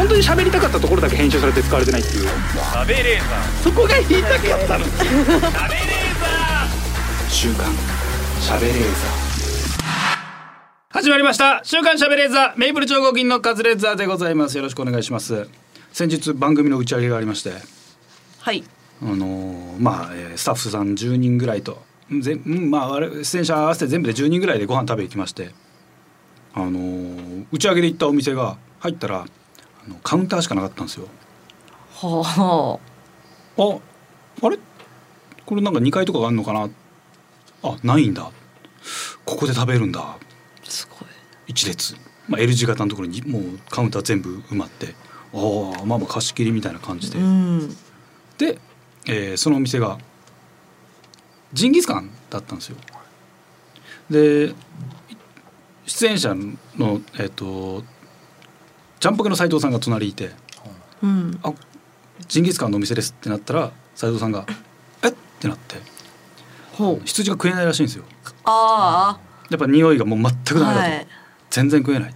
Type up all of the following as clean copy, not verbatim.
本当に喋りたかったところだけ編集されて使われてないっていう。 食べレーザー、 そこが言いたかったの。 食べレーザー、 週刊しゃべレーザー。 始まりました週刊しゃべレーザー、メイプル超合金のカズレーザーでございます。よろしくお願いします。先日番組の打ち上げがありまして、 はい、 スタッフさん10人ぐらいと出演者合わせて全部で10人ぐらいでご飯食べ行きまして、打ち上げで行ったお店が入ったらカウンターしかなかったんですよ。 はあれこれなんか2階とかがあるのかな。ないんだ、ここで食べるんだ。 すごい。 一列、L 字型のところにもうカウンター全部埋まって、貸し切りみたいな感じで、で、そのお店がジンギスカンだったんですよ。で出演者の、ジャンポケの斉藤さんが隣にいて、ジンギスカンのお店ですってなったら斉藤さんがえってなって、羊が食えないらしいんですよ。やっぱ匂いがもう全くダメだと、全然食えない。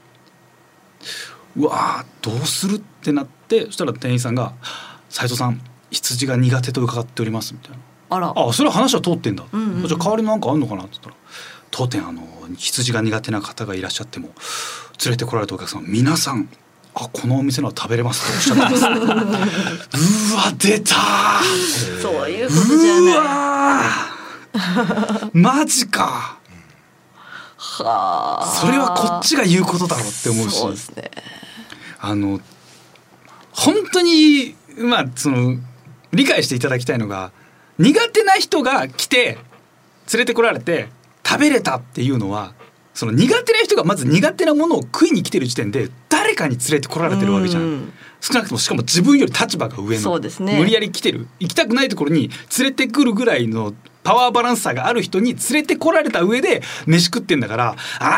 うわどうするってなって、そしたら店員さんが斉藤さん羊が苦手と伺っておりますみたいな。それは話は通ってんだ、じゃあ代わりのなんかあんのかなって言ったら、当店羊が苦手な方がいらっしゃっても連れてこられたお客さん皆さんこのお店のは食べれますとおっしゃってますうわ出たそういうことじゃない。 うわマジか。それはこっちが言うことだろうって思うし、 そうですね、 本当に理解していただきたいのが、苦手な人が来て連れてこられて食べれたっていうのは、その苦手な人がまず苦手なものを食いに来てる時点で誰かに連れてこられてるわけじゃん。少なくともしかも自分より立場が上の、 そうですね、 無理やり来てる、行きたくないところに連れてくるぐらいのパワーバランス差がある人に連れてこられた上で飯食ってんだから、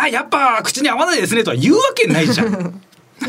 やっぱ口に合わないですねとは言うわけないじゃん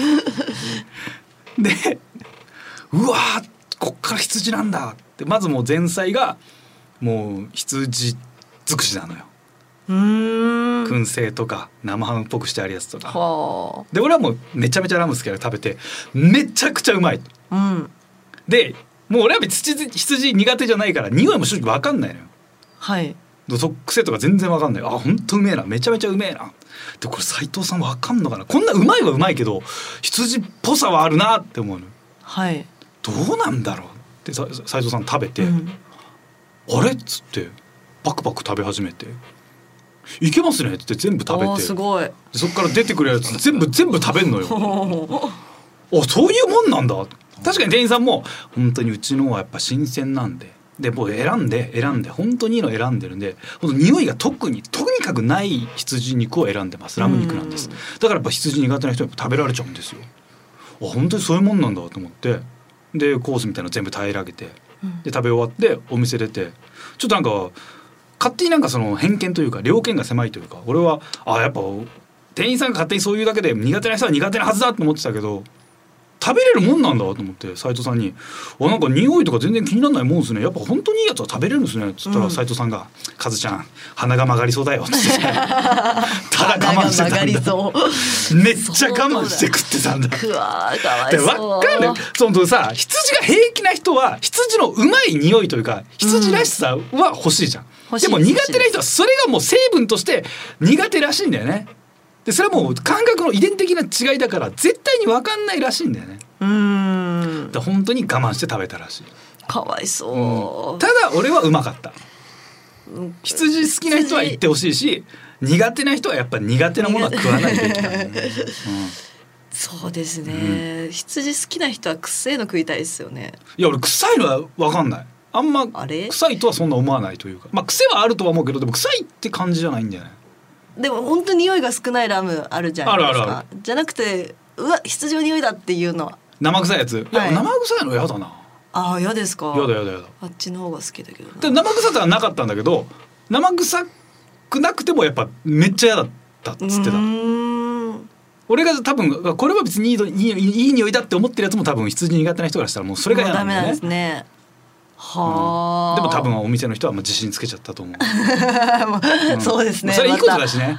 でうわこっから羊なんだって、まずもう前菜がもう羊尽くしなのよ。燻製とか生ハムっぽくしてあるやつとかで、俺はもうめちゃめちゃラムスから食べてめちゃくちゃうまい、でもう俺は羊苦手じゃないから匂いも正直分かんないのよ。癖とか全然分かんない。ほんとうめえな、めちゃめちゃうめえな。でこれ斉藤さん分かんのかな、こんなうまいはうまいけど羊っぽさはあるなって思うの。どうなんだろうって斉藤さん食べて、あれっつってパクパク食べ始めて、いけますねって全部食べて、 すごい。 そっから出てくるやつ全部食べんのよそういうもんなんだ。確かに店員さんも本当にうちのはやっぱ新鮮なんでもう選んで本当にいいの選んでるんで、本当匂いがとにかくない羊肉を選んでます。ラム肉なんです。だからやっぱ羊苦手な人は食べられちゃうんですよ。本当にそういうもんなんだと思って、でコースみたいなの全部平らげて、で食べ終わってお店出て、ちょっとなんか勝手にその偏見というか猟犬が狭いというか、俺はやっぱ店員さんが勝手にそういうだけで苦手な人は苦手なはずだと思ってたけど、食べれるもんなんだと思って斉藤さんになんか匂いとか全然気にならないもんですね、やっぱ本当にいいやつは食べれるんですねっつったら、斉藤さんがカズちゃん鼻が曲がりそうだよっつってただ我慢してたんだめっちゃ我慢して食ってたんだで分かんない。そのさ、羊が平気な人は羊のうまい匂いというか羊らしさは欲しいじゃん、でも苦手な人はそれがもう成分として苦手らしいんだよね。でそれはもう感覚の遺伝的な違いだから絶対に分かんないらしいんだよね。だ本当に我慢して食べたらしい。 かわいそう、 ただ俺はうまかった。羊好きな人は言ってほしいし、苦手な人はやっぱり苦手なものは食わないべきだ、 そうですね、羊好きな人は臭いの食いたいですよね。 いや俺臭いのは分かんない。あんま臭いとはそんな思わないというか、癖はあるとは思うけど、でも臭いって感じじゃないんだよね。 でも本当に匂いが少ないラムあるじゃないですか。 あるじゃなくて羊の匂いだっていうのは生臭いやつ、いや、生臭いの嫌だな。 嫌ですか。 嫌だあっちの方が好きだけどな。 で生臭さはなかったんだけど、生臭くなくてもやっぱめっちゃ嫌だったっつってた。俺が多分これは別にいい匂いだって思ってるやつも多分羊苦手な人からしたらもうそれが嫌なんだよね。 ダメなんですね。 でも多分お店の人はもう自信つけちゃったと思う、 そうですね。 それいいことだしね。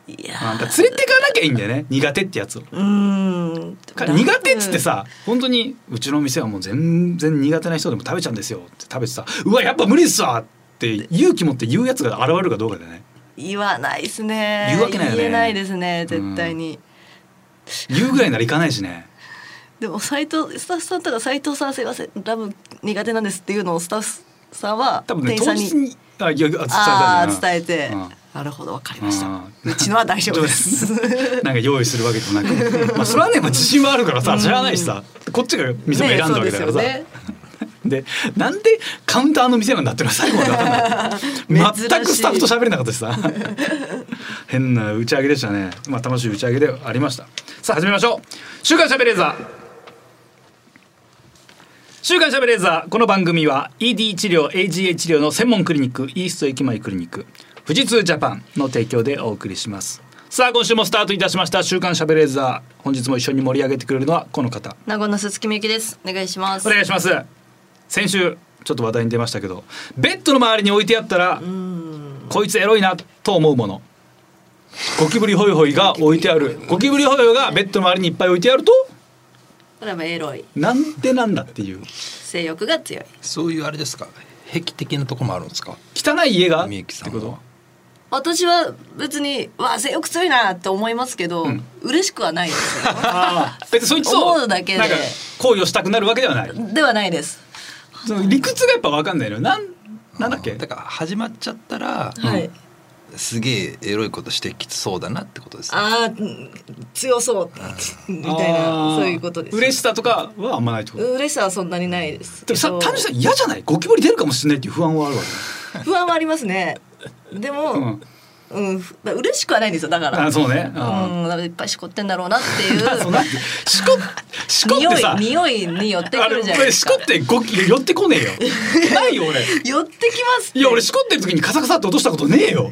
いやなんか連れてかなきゃいいんだよね、苦手ってやつを。苦手っつってさ、本当にうちの店はもう全然苦手な人でも食べちゃうんですよって食べてさ、うわやっぱ無理っすわって勇気持って言うやつが現れるかどうかだよね。 言わないですね。 言うわけないよね。 言えないですね絶対に、 言うぐらいならいかないしね。 でもスタッフさんとか斉藤さんすいませんラム苦手なんですっていうのをスタッフさんは多分ね、 店員さんに伝えて、なるほど分かりました、うちのは大丈夫ですなんか用意するわけでもなく、まあそれはね、自信はあるからさ、知らないしさ、こっちが店も選んだわけだからさ、ねでなんでカウンターの店なんだっていうのは最後まで分かんない全くスタッフと喋れなかったしさ変な打ち上げでしたね。まあ楽しい打ち上げでありました。さあ始めましょう。週刊しゃべレーザー。週刊しゃべレーザー。この番組は ED 治療 AGA 治療の専門クリニックイースト駅前クリニック富士通ジャパンの提供でお送りします。さあ今週もスタートいたしました週刊しゃべレーザー。本日も一緒に盛り上げてくれるのはこの方、 名古屋の鈴木みゆきです。お願いします。 お願いします。先週ちょっと話題に出ましたけど、ベッドの周りに置いてあったらこいつエロいなと思うもの、ゴキブリホイホイが置いてある、ゴキブリホイホイがベッドの周りにいっぱい置いてあると、 これはエロい、 なんでなんだっていう、 性欲が強い、 そういうあれですか、癖的なところもあるんですか。 汚い家がみゆきさんはってこと。 私は別に性欲強いなって思いますけど、嬉しくはないですよ別にそいつを思うだけでなんか行為をしたくなるわけではない。 ではないです。 その理屈がやっぱ分かんないの。なんだっけ。 だから始まっちゃったら、 はい、 すげえエロいことしてきそうだなってことです、ね、 強そうみたいな、そういうことです。 嬉しさとかはあんまないってこと。 嬉しさはそんなにないですでもさ、単純にさ嫌じゃない、ゴキブリ出るかもしれないっていう不安はあるわけ。 不安はありますね。でも、嬉しくはないんですよ。だからそうね、 だからいっぱいしこってんだろうなっていうそうなんてしこってさ、 匂いに寄ってくるじゃないですか。 しこって寄ってこねえよないよ俺。 寄ってきますって。 いや俺しこってる時にカサカサって落としたことねえよ。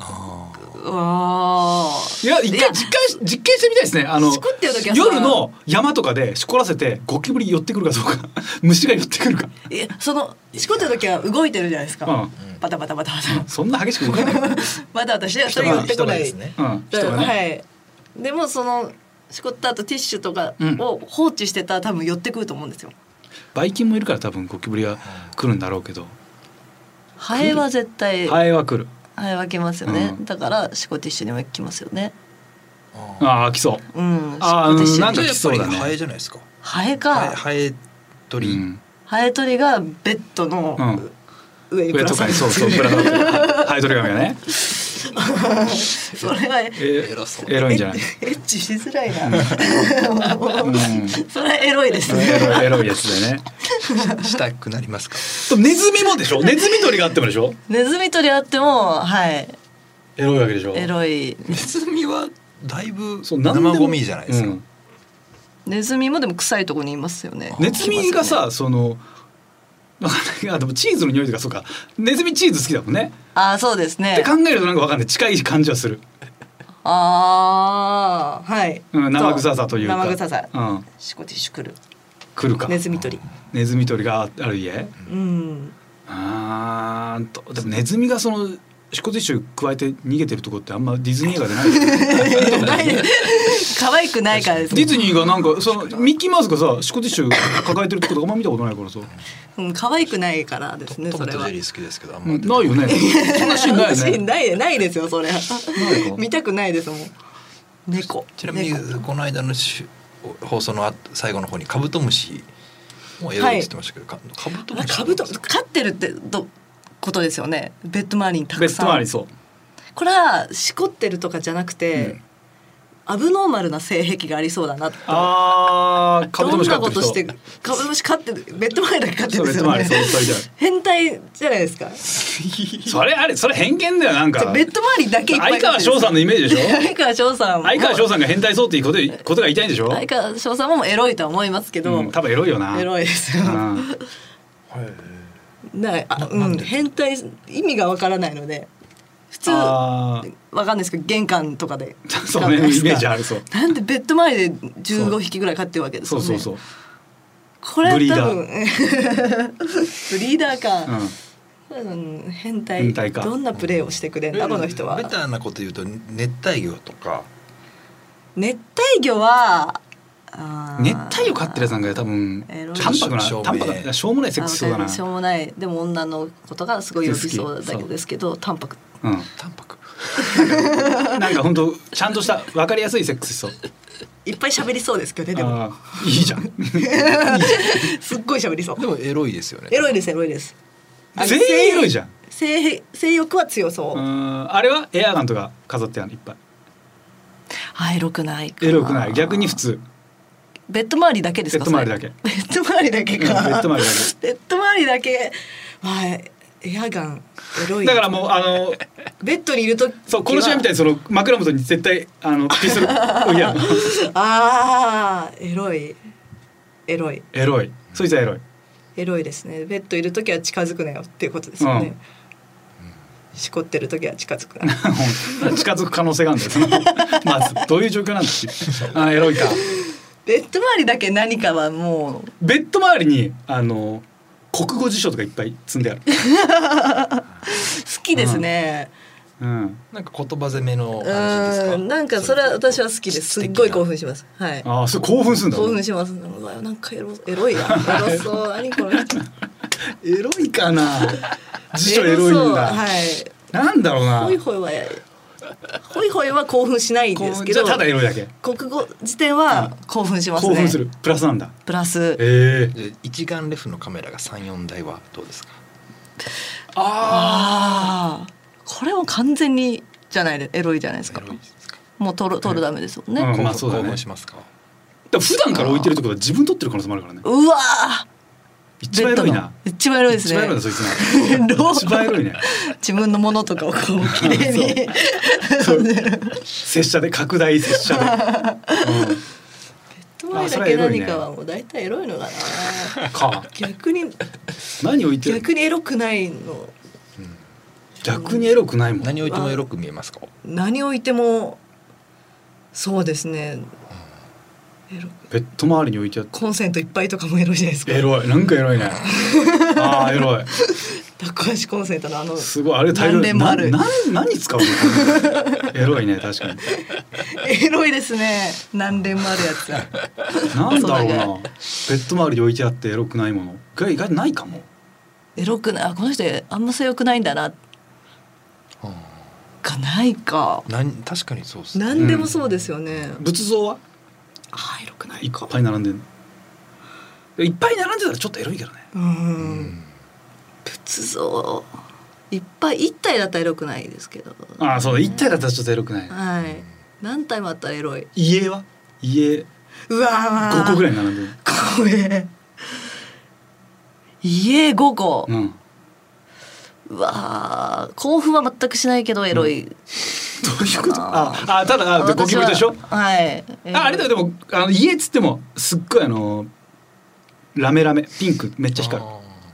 いや一回実験してみたいですね。 しこってる時は夜の山とかでしこらせてゴキブリ寄ってくるかどうか虫が寄ってくるか。 そのしこってる時は動いてるじゃないですか、バタバタバタバタ、 そんな激しく動かないバタバタしてそれ寄ってこないですね、 人がね、 はい。でもそのしこった後ティッシュとかを放置してたら多分寄ってくると思うんですよ。 バイキンもいるから多分ゴキブリが来るんだろうけど、 ハエは絶対ハエは来る。 ハエは来ますよね、だからシコティッシュにも来ますよね。 来そう。 なんか来そうだね。 ハエじゃないですか。 ハエか。 ハエ鳥、 ハエ鳥がベッドの上にぶら下がってる。 そうぶら下がってるハエ鳥がねそれはエロいんじゃない。 エッチしづらいなそれはエロいですね。 エロいやつでねしたくなりますか。 ネズミもでしょ。ネズミ鳥があってもでしょ。 ネズミ鳥あってもはいエロいわけでしょ。 エロい。 ネズミはだいぶ生ゴミじゃないですか、 ネズミもでも臭いところにいますよね。 ネズミがさ、そのでもチーズの匂いとか、そうか、ネズミチーズ好きだもんね。 そうですね。 って考えるとなんかわかんない、近い感じはする。 はい。 生臭さというか。 生臭さ。シコティッシュ来るか。ネズミ鳥。 ネズミ鳥がある家。でもネズミがそのシコティッシュ加えて逃げてるとこってあんまディズニー映画でない可愛くないからですね。 ディズニーがなんかそのミッキーマウスがさシコティッシュ抱えてるとことかあんま見たことないからさ、 可愛くないからですね。それはトムとジェリー好きですけどあんまないよね。そんなシーンないよね。 ないですよそれ。見たくないですもん。猫。 ちなみにこの間の放送の最後の方にカブトムシもエロいって言ってましたけど、カブトムシ飼ってるってことですよね。ベッド周りにたくさん。 ベッド周りそう。 これはしこってるとかじゃなくて、アブノーマルな性癖がありそうだなって。 カブトムシ飼ってる人。どんなことしてカブトムシ飼ってる、ベッド周りだけ飼ってるんですよね。変態じゃないですか。 それ偏見だよなんか。 ベッド周りだけいっぱい飼ってる。 相川翔さんのイメージでしょ。 相川翔さんが変態そうっていうことが言いたいんでしょ。 相川翔さんもエロいとは思いますけど、 多分エロいよな。 エロいですよ。変態意味がわからないので普通わかんないですけど玄関とかでそうね、イメージある。そうなんでベッド前で15匹ぐらい飼ってるわけですよね。 そうこれは多分ブリーダーか、 変変態かどんなプレーをしてくれんだこの人は。 ベターなこと言うと熱帯魚とか。 熱帯魚は熱帯魚飼ってるやつなんか多分エロい淡白なしょう淡白なしょうもないセックスそうだな。 しょうもないでも女の子とかすごい呼びそうだけどですけど淡白。 うん。 淡白。 なんか本当ちゃんとした分かりやすいセックスしそう。 いっぱい喋りそうですけどねでもあーいいじゃん。 すっごい喋りそう。 でもエロいですよね。 エロいですエロいです。 全員エロいじゃん。 性欲は強そう。 あれはエアガンとか飾ってあるのいっぱい。 エロくないかな。 エロくない逆に普通。 ベッド周りだけですか。 ベッド周りだけ。 ベッド周りだけか。 ベッド周りだけ。 ベッド周りだけ。エアガンエロい。 だからもうベッドにいるとそう殺し屋みたいにその枕元に絶対ピストル置いてあるの。 エロいエロいエロい。そいつはエロい。 エロいですね。ベッドいるときは近づくなよっていうことですよね。しこってるときは近づくな。 近づく可能性があるんだよ。そのまずどういう状況なんだっていう。エロいか。 ベッド周りだけ何かはもうベッド周りに国語辞書とかいっぱい積んである。 好きですね。 なんか言葉攻めの感じですか。 なんかそれは私は好きです。すっごい興奮します。はい。 それ興奮するんだ。 興奮します。なんかエロいな。エロそう。何これ。 エロいかな。辞書エロいんだ。 はい。 なんだろうな。 ホイホイは興奮しないんですけど。 ただエロいだけ。 国語辞典は興奮しますね。 興奮する。プラスなんだ。 プラス。 一眼レフのカメラが3、4台はどうですか。 これも完全にじゃないでエロいじゃないですか。もう撮るダメですもんね。 興奮しますか。 普段から置いてるってことは自分撮ってる可能性もあるからね。 うわ一番エロいな。 一番エロいですね。 一番エロいなそいつな。一番エロいね。 自分のものとかをこう綺麗に拙者で拡大拙者で。 ベッド前だけ何かはもう大体エロいのかな。逆に何置いてる。 逆にエロくないの。 逆にエロくないもん。 何置いてもエロく見えますか。 何置いてもそうですね。 ベッド周りに置いてあってコンセントいっぱいとかもエロいじゃないですか。 エロい。なんかエロいね。エロい。 高橋コンセントのすごいあれ大量に何使うの。エロいね確かに。 エロいですね。何連もあるやつは。 なんだろうな。ベッド周りに置いてあってエロくないものが意外とないかも。 エロくない。この人あんま性欲ないんだな。がないか。 確かにそうですね。 何でもそうですよね。 仏像はエロくないか。 いっぱい並んでる。いっぱい並んでたらちょっとエロいけどね。 仏像いっぱい一体だったらエロくないですけど。 そう一体だったらちょっとエロくない。 はい。何体もあったらエロい。 家はうわー 5個ぐらい並んでる。 怖え。家5個。うわー興奮は全くしないけどエロい。 どういうこと。ただゴキブリでしょ。 はい。 あれだよ。でも家っつってもすっごいラメピンクめっちゃ光る。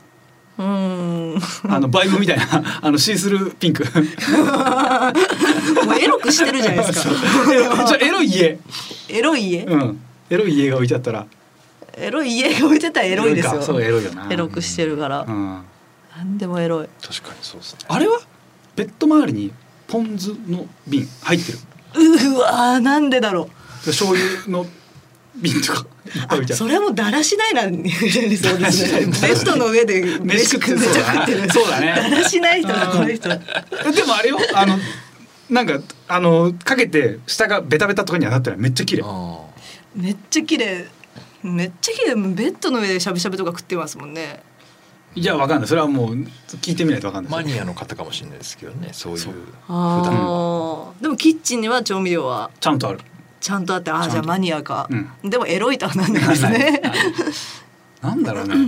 バイブみたいなシースルーピンク。 もうエロくしてるじゃないですか。 エロい家。 エロい家。 エロい家が置いてあったら。 エロい家が置いてたらエロいですよ。 そうエロいよな。 エロくしてるから。なんでもエロい。 確かにそうですね。 あれはベッド周りにポン酢の瓶入ってる。 うわなんでだろう。醤油の瓶とかいっぱい置いてある。 それはもうだらしないな。そうですね。ベッドの上で飯食ってる。 そうだね。 だらしない人だこの人。でもあれよなんかかけて下がベタベタとかにはなってない。めっちゃ綺麗。 めっちゃ綺麗。ベッドの上でしゃぶしゃぶとか食ってますもんね。 いやわかんない。それはもう聞いてみないとわかんない。 マニアの方かもしれないですけどね。そういう普段。でもキッチンには調味料はちゃんとある。 ちゃんとあって、じゃあマニアか。でもエロいとはなんないですね。 なんだろうね。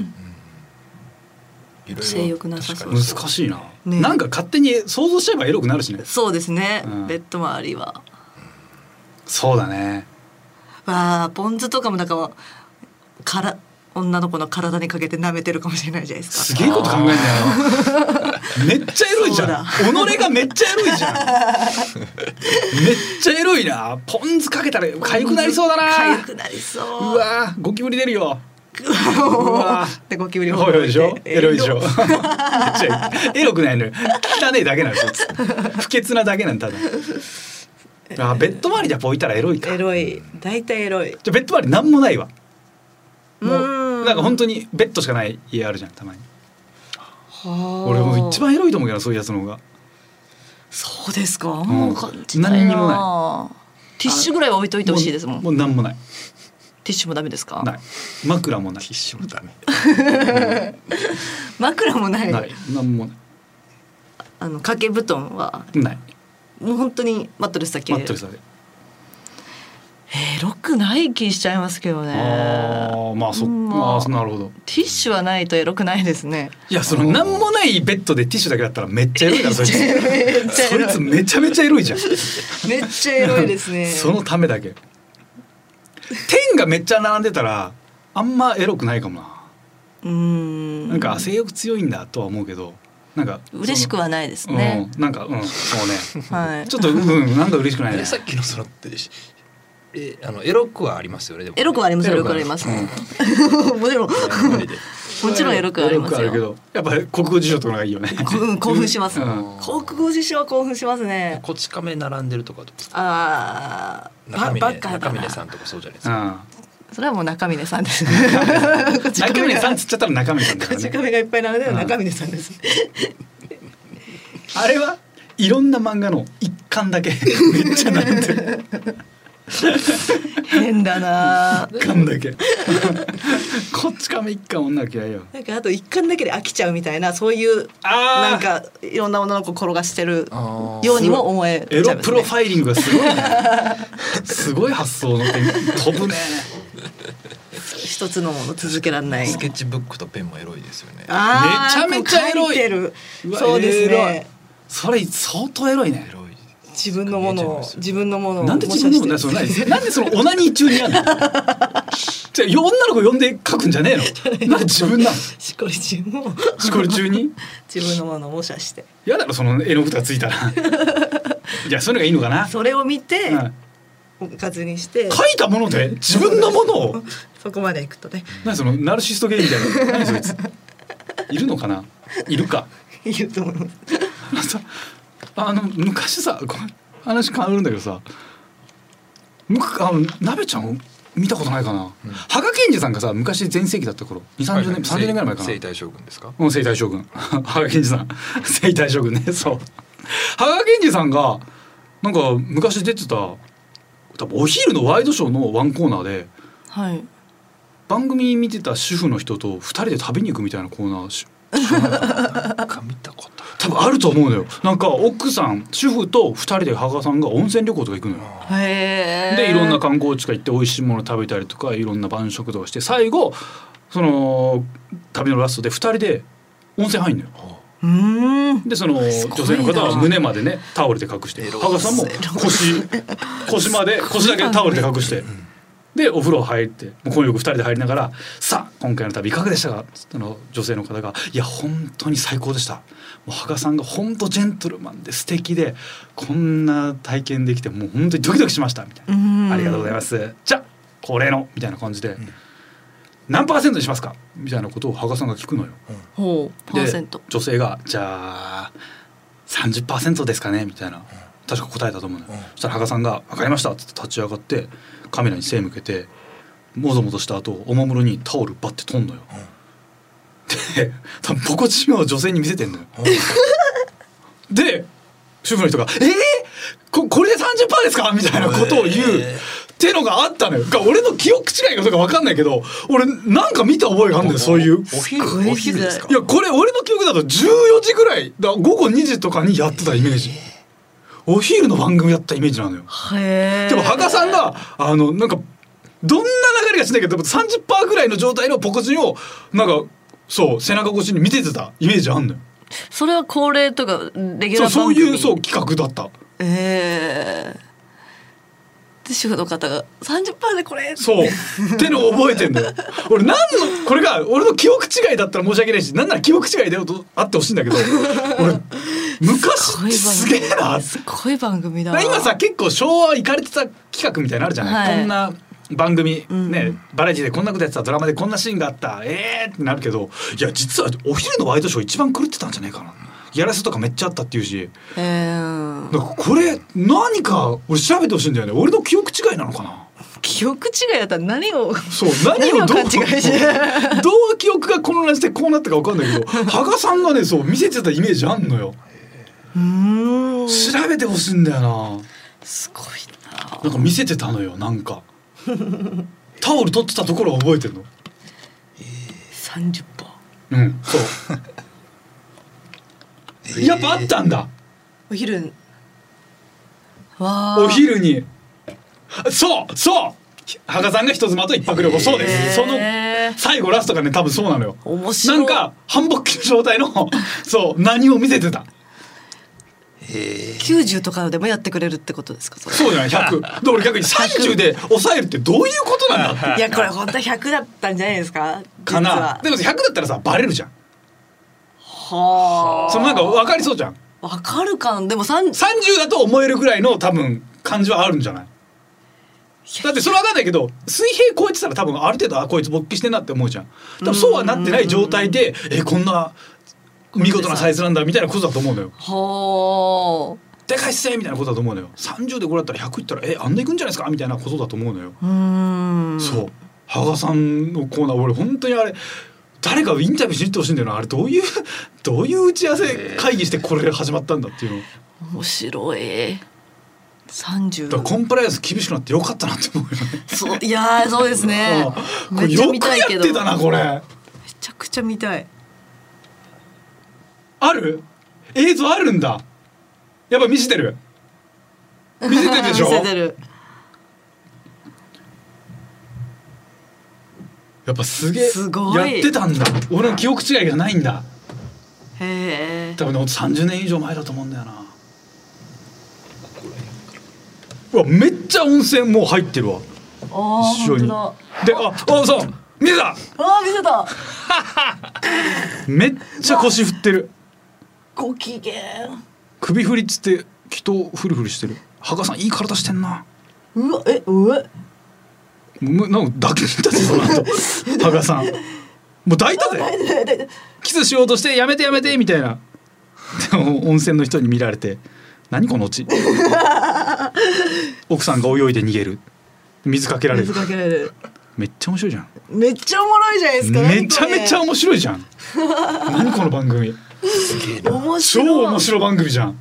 性欲なさそう。 難しいな。なんか勝手に想像しちゃえばエロくなるしね。 そうですね。ベッド周りは。 そうだね。 ポン酢とかもなんか女の子の体にかけて舐めてるかもしれないじゃないですか。 すげえこと考えんだよ。めっちゃエロいじゃん。己がめっちゃエロいじゃん。めっちゃエロいな。ポン酢かけたら痒くなりそうだな。 痒くなりそう。 うわゴキブリ出るよ。 でゴキブリエロいでしょエロいでしょエロエロくないのよ汚いだけなのそいつ不潔なだけなんだただベッド周りでやっぱ置いたらエロいかエロい大体エロい。 じゃあベッド周りなんもないわもううなんか本当にベッドしかない家あるじゃんたまに俺俺もう一番エロいと思うけどそういうやつの方がそうですか。 もう感じないな。 何にもなティッシュぐらいは置いといてほしいですもん。 もうなんもないティッシュもダメですか。 ない枕もないティッシュもダメ。 枕もない。 ないなんもない掛け布団はないもう本当にマットレスだけ。 マットレスだけエロくない気しちゃいますけどね。 まあそまあなるほどティッシュはないとエロくないですね。 いやそのなんもないベッドでティッシュだけだったらめっちゃエロいからそいつめっちゃエロいそいつめちゃめちゃエロいじゃんめっちゃエロいですね。 そのためだけ天がめっちゃ並んでたらあんまエロくないかもななんか性欲強いんだとは思うけどなんか嬉しくはないですね。 なんかそうねはい。 ちょっとなんか嬉しくないねさっきのそのってエロくはありますよね。でもエロくはあります。エロくはあります。もちろん無理でもちろんエロくはありますエロくあるけよ。 どやっぱり国語辞書とかがいいよね興奮します。 うん国語辞書は興奮しますね。 こち亀並んでるとかどうですか。 ああ、 中バカだな。 峰さんとかそうじゃないですか。 うんそれはもう中峰さんです。 中峰さんつっちゃったら中峰さんだかこちらね亀がいっぱい並んでる中峰さんです。 あれはいろんな漫画の一巻だけめっちゃ並んでる変だな。 一巻だけこっち亀一巻女嫌いよなんかあと一巻だけで飽きちゃうみたいなそういうなんかいろんな女の子転がしてるようにも思えちゃエロいますね。 プロファイリングがすごいねすごい発想の飛ぶね一つのもの続けられない。 スケッチブックとペンもエロいですよね。 あーめちゃめちゃエロいこう書てるうわそうですエロいね。 それ相当エロいねエロい。 自分のものを自分のものをなんで自分のもの模写してなんでそのオナニー中にやんのじゃあ女の子呼んで書くんじゃねえのなんで自分なのしこり中もしこり中に自分のものを模写してやだろその絵の具とかついたらいやそういうのがいいのかなそれを見てうんおかずにして書いたもので自分のものをそこまでいくとね何そのナルシストゲイみたいな何そいついるのかないるかいると思います。 昔さごめん話変わるんだけどさなべちゃん見たことないかな、羽賀健二さんがさ昔全盛期だった頃2030年、30年ぐらい前かな征夷将軍ですか。 征夷大将軍羽賀健二さん征夷大将軍ねそう羽賀健二さんがなんか昔出てた多分お昼のワイドショーのワンコーナーではい。 番組見てた主婦の人と2人で食べに行くみたいなコーナーなんか見たことある。 多分あると思うのよ。なんか奥さん主婦と2人で羽賀さんが温泉旅行とか行くのよ。 へえ。 でいろんな観光地とか行って美味しいもの食べたりとかいろんな晩食とかして最後その旅のラストで2人で温泉入んのよ。でその女性の方は胸までねタオルで隠して羽賀さんも腰まで腰だけタオルで隠してでお風呂入ってもう混浴2人で入りながらさあ今回の旅いかがでしたかつっての女性の方がいや本当に最高でしたもう羽賀さんが本当ジェントルマンで素敵でこんな体験できてもう本当にドキドキしましたみたいなありがとうございますじゃあ恒例のみたいな感じで、何%にしますかみたいなことを羽賀さんが聞くのよ。 ほうパーセント。 女性がじゃあ 30% ですかねみたいな確か答えたと思うのよ、そしたら羽賀さんが分かりましたって立ち上がってカメラに背向けてもぞもぞした後おもむろにタオルバッて取んのよ、で多分ポコチンを女性に見せてんのよ、で主婦の人がこれで 30% ですかみたいなことを言うってのがあったのよ。俺の記憶違いかどうか分かんないけど俺なんか見た覚えがあるんだよそういうお昼ですか。 いやこれ俺の記憶だと14時ぐらいだ午後2時とかにやってたイメージお昼の番組やったイメージなのよ。 へえ。 でも羽賀さんがなんかどんな流れがしないけど 30% ぐらいの状態のポコチンをなんかそう背中越しに見てたイメージあんのよ。 それは恒例とかレギュラーそう番組。 いう企画だった。 で主婦の方が 30% でこれそうってのを覚えてんだよ。俺これが俺の記憶違いだったら申し訳ないしなんなら記憶違いであってほしいんだけど俺昔すげえなすごい番組だ。 今さ結構昭和行かれてた企画みたいなのあるじゃない、 はい、 こんな番組、 うんねバラエティでこんなことやってた、ドラマでこんなシーンがあった、ってなるけど、いや実はお昼のワイドショー一番狂ってたんじゃないかな、やらせとかめっちゃあったっていうし、なんかこれ何か俺調べてほしいんだよね。俺の記憶違いなのかな。 記憶違いだったら何をそう何を勘違いしてどう記憶が混乱してこうなったか分かんないけど羽賀さんがねそう見せてたイメージあんのよ。調べてほしいんだよな。 すごいな。 なんか見せてたのよ。なんかタオル取ってたところは覚えてるの。 30%。 うんそうやっぱあったんだ。 お昼わお昼にそう羽賀さんが人妻と一泊旅行、そうです。その最後ラストがね多分そうなのよ。 面白い。 なんか反勃起の状態のそう何を見せてた。 90とかでもやってくれるってことですか。 そうじゃない100。で俺逆に30で抑えるってどういうことなんだって。 いやこれ本当は100だったんじゃないですか。 かな。でも100だったらさバレるじゃん。 はあ。 そのなんか分かりそうじゃん。 分かるかな。でも 30だと思えるぐらいの多分感じはあるんじゃない。だってそれは分かんないけど水平超えてたら多分ある程度こいつ勃起してんなって思うじゃん。多分そうはなってない状態でこんな見事なサイズなんだみたいなことだと思うのよ。 はあ。 でかいっすねみたいなことだと思うのよ。30でこれだったら100いったらあんないくんじゃないですかみたいなことだと思うのよ。そう羽賀さんのコーナー俺本当にあれ誰かインタビューしてほしいんだよな。あれどういう打ち合わせ会議してこれ始まったんだっていうの。 面白い。30 だからコンプライアンス厳しくなってよかったなって思うよね。 そういやそうですね。めっちゃ見たいけど。 よくやってたなこれ。 めちゃくちゃ見たい。 ある映像あるんだ。やっぱ見せてるでしょ。 見せてる。 やっぱすげえすごいやってたんだ。俺の記憶違いがないんだ。 へえ。 多分ね30年以上前だと思うんだよな。うわめっちゃ温泉もう入ってるわ。一緒に。でそう見せた。 見せた。 めっちゃ腰振ってる。 ご機嫌。 首振りっつって人フルフルしてる。羽賀さんいい体してんな。 うわなんか抱きついたぜその後羽賀さんもう抱いたぜ。キスしようとしてやめてみたいな。でも温泉の人に見られて何このオチ奥さんが泳いで逃げる。水かけられる。めっちゃ面白いじゃん。 めっちゃおもろいじゃないですか。 めちゃめちゃ面白いじゃん。何この番組面白い。 超面白い番組じゃん。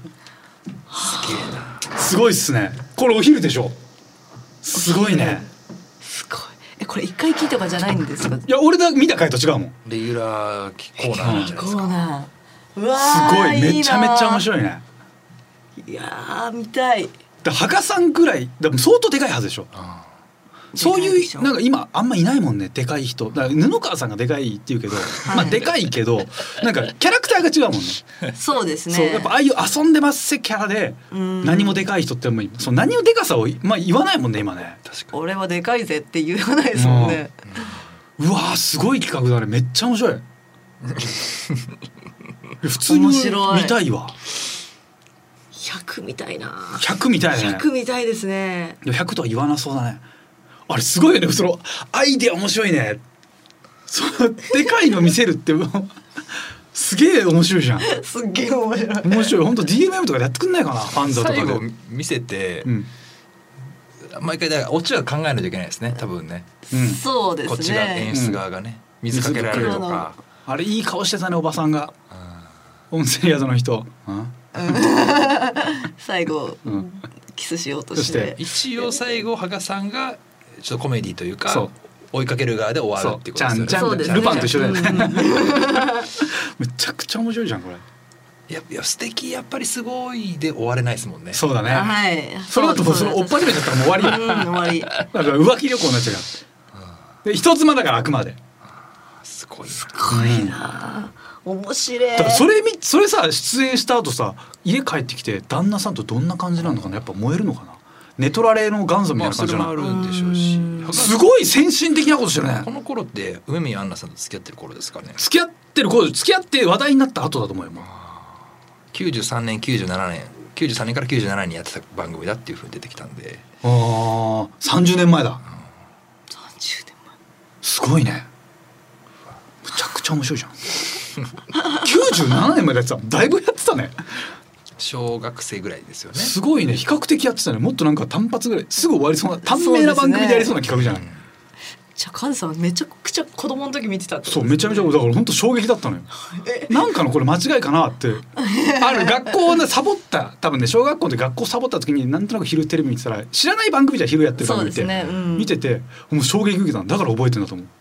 すごいっすね。これお昼でしょ。すごいね。 すごい。これ一回聞いたかじゃないんですか。 いや俺だ見た回と違うもん。 レギュラーコーナーなんじゃないですか。 コーナー。うわすごいめちゃめちゃ面白いね。 いや見たい。 羽賀さんぐらいでも相当でかいはずでしょ。そういうなんか今あんまいないもんねでかい人。だから布川さんがでかいって言うけど、まあでかいけどなんかキャラクターが違うもんね。 そうですね。 そうやっぱああいう遊んでますせキャラで何もでかい人ってもその何をでかさをまあ言わないもんね今ね。確かに俺はでかいぜって言わないですもんね。 うわーすごい企画だね。めっちゃ面白い。普通に見たいわ。 100みたいな。 100みたいね。 100みたいですね。 100とは言わなそうだね。あれすごいよね。そのアイデア面白いね。そのでかいの見せるってすげえ面白いじゃん。 すげえ面白い。 面白い。本当 DMM とかでやってくんないかな。ファンザとかで。 最後見せて、毎回だからオチは考えないといけないですね。多分ね。 そうですね。 こっちが演出側がね、水かけられるとか。 あれいい顔してたねおばさんが。温泉宿の人。 最後キスしようとして。 一応最後羽賀さんがちょっとコメディというか追いかける側で終わるっていうことですよね。 そうですね。 ルパンと一緒だよね。めちゃくちゃ面白いじゃんこれ。 いや素敵。やっぱりすごいで終われないですもんね。 そうだね。 はい。 それだともうその追っ始めちゃったらもう終わりよ。 終わり。 だから浮気旅行になっちゃうから。で人妻だからあくまで。 すごい。 すごいな。面白い。 だからそれさ出演した後さ家帰ってきて旦那さんとどんな感じなのかな。やっぱ燃えるのかな。ネトラレの元祖みたいな感じじゃない。 それもあるんでしょうし。 すごい先進的なことしてるね。 この頃って梅宮アンナさんと付き合ってる頃ですかね。 付き合って話題になった後だと思うよ。もう 93年から97年にやってた番組だっていう風に出てきたんで。 30年前だ。 ごいね。むちゃくちゃ面白いじゃん。97年までやってた。だいぶやってたね。 小学生ぐらいですよね。 すごいね。比較的やってたね。もっとなんか単発ぐらいすぐ終わりそうな短命な番組でやりそうな企画じゃない。 じゃあカズさんめちゃくちゃ子供の時見てたってことですね。 そうめちゃめちゃだから本当衝撃だったのよ。なんかのこれ間違いかなってある学校でサボった多分ね小学校で学校サボった時になんとなく昼テレビ見てたら知らない番組じゃ昼やってる番組見て、 そうですね、 見ててもう衝撃受けたんだから覚えてるんだと思う。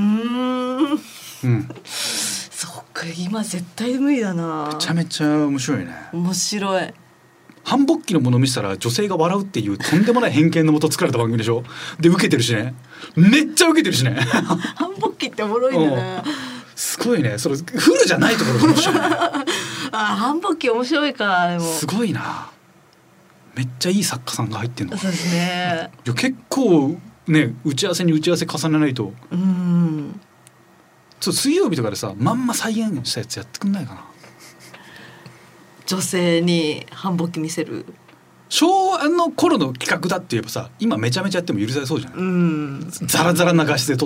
そっか今絶対無理だな。 めちゃめちゃ面白いね。 面白い。 繁忙期のものを見せたら女性が笑うっていうとんでもない偏見のもと作られた番組でしょ。で受けてるしね。めっちゃ受けてるしね。 繁忙期っておもろいんだな。 すごいね。それフルじゃないところが面白い。 繁忙期面白いか。でもすごいな。めっちゃいい作家さんが入ってんの。 そうですね。 いや結構ね打ち合わせに打ち合わせ重ねないと。水曜日とかでさまんま再現したやつやってくんないかな。 女性に繁忙期見せる。 昭和の頃の企画だって言えばさ今めちゃめちゃやっても許されそうじゃない。ザラザラな画質で撮って。